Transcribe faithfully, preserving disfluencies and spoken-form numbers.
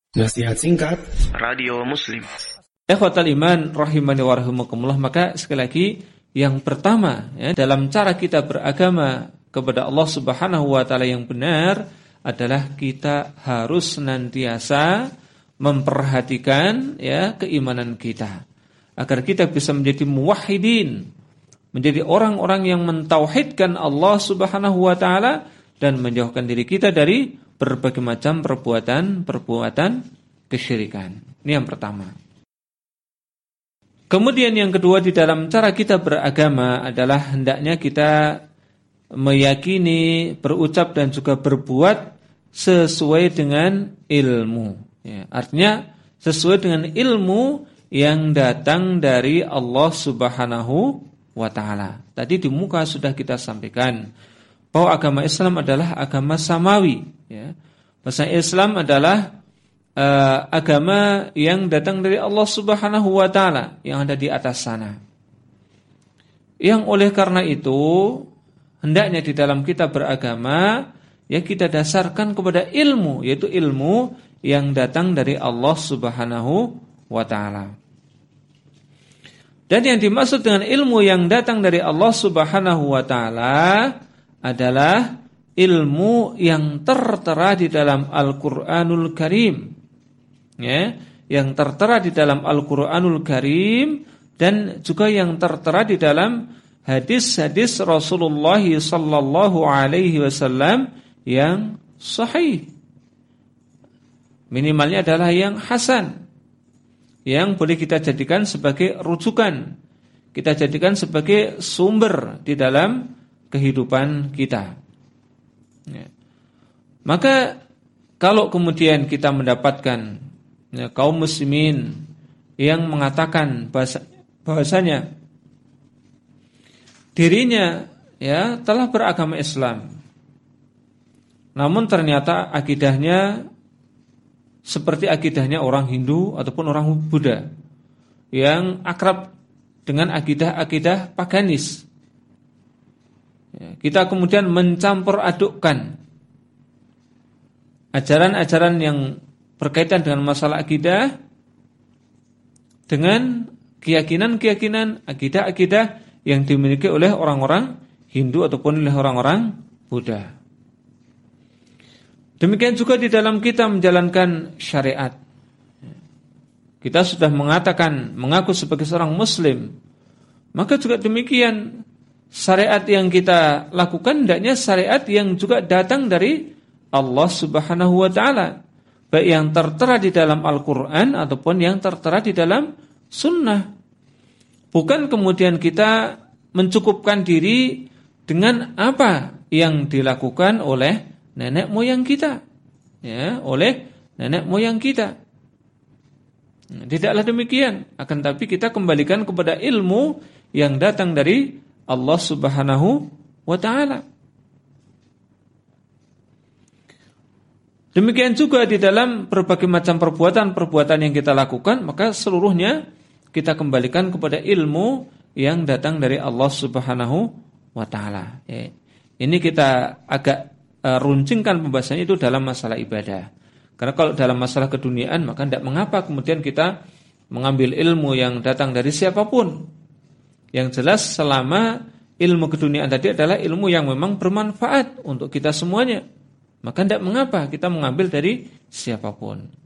Nasihat singkat Radio Muslim. Ikhwatal iman rahimani wa rahimakumullah. Maka sekali lagi, yang pertama ya, dalam cara kita beragama kepada Allah Subhanahu wa taala yang benar adalah kita harus senantiasa memperhatikan ya keimanan kita agar kita bisa menjadi muwahhidin, menjadi orang-orang yang mentauhidkan Allah Subhanahu wa taala dan menjauhkan diri kita dari berbagai macam perbuatan-perbuatan kesyirikan. Ini yang pertama. Kemudian yang kedua, di dalam cara kita beragama adalah hendaknya kita meyakini, berucap dan juga berbuat sesuai dengan ilmu. Ya, artinya sesuai dengan ilmu yang datang dari Allah Subhanahu wa taala. Tadi di muka sudah kita sampaikan bahwa agama Islam adalah agama samawi. Ya. Bahasa Islam adalah uh, agama yang datang dari Allah Subhanahu wa taala yang ada di atas sana. Yang oleh karena itu hendaknya di dalam kita beragama ya kita dasarkan kepada ilmu, yaitu ilmu yang datang dari Allah Subhanahu wa taala. Dan yang dimaksud dengan ilmu yang datang dari Allah Subhanahu wa taala adalah ilmu yang tertera di dalam Al-Qur'anul Karim. Ya, yang tertera di dalam Al-Qur'anul Karim dan juga yang tertera di dalam hadis-hadis Rasulullah sallallahu alaihi wasallam yang sahih. Minimalnya adalah yang hasan, yang boleh kita jadikan sebagai rujukan, kita jadikan sebagai sumber di dalam kehidupan kita. Ya. Maka kalau kemudian kita mendapatkan ya, kaum muslimin yang mengatakan bahasa, bahasanya dirinya ya telah beragama Islam, namun ternyata akidahnya seperti akidahnya orang Hindu ataupun orang Buddha yang akrab dengan akidah-akidah paganis. Ya, kita kemudian mencampur adukkan ajaran-ajaran yang berkaitan dengan masalah akidah dengan keyakinan-keyakinan akidah-akidah yang dimiliki oleh orang-orang Hindu ataupun oleh orang-orang Buddha. Demikian juga di dalam kita menjalankan syariat. Kita sudah mengatakan mengaku sebagai seorang muslim, maka juga demikian syariat yang kita lakukan hendaknya syariat yang juga datang dari Allah Subhanahu wa taala, baik yang tertera di dalam Al-Qur'an ataupun yang tertera di dalam sunnah. Bukan kemudian kita mencukupkan diri dengan apa yang dilakukan oleh nenek moyang kita, ya, oleh nenek moyang kita. Tidaklah demikian, akan tapi kita kembalikan kepada ilmu yang datang dari Allah Subhanahu wa taala. Demikian juga di dalam berbagai macam perbuatan-perbuatan yang kita lakukan, maka seluruhnya kita kembalikan kepada ilmu yang datang dari Allah Subhanahu wa taala. Ya. Ini kita agak uh, runcingkan pembahasannya itu dalam masalah ibadah. Karena kalau dalam masalah keduniaan maka tidak mengapa kemudian kita mengambil ilmu yang datang dari siapapun. Yang jelas selama ilmu keduniaan tadi adalah ilmu yang memang bermanfaat untuk kita semuanya, maka tidak mengapa kita mengambil dari siapapun.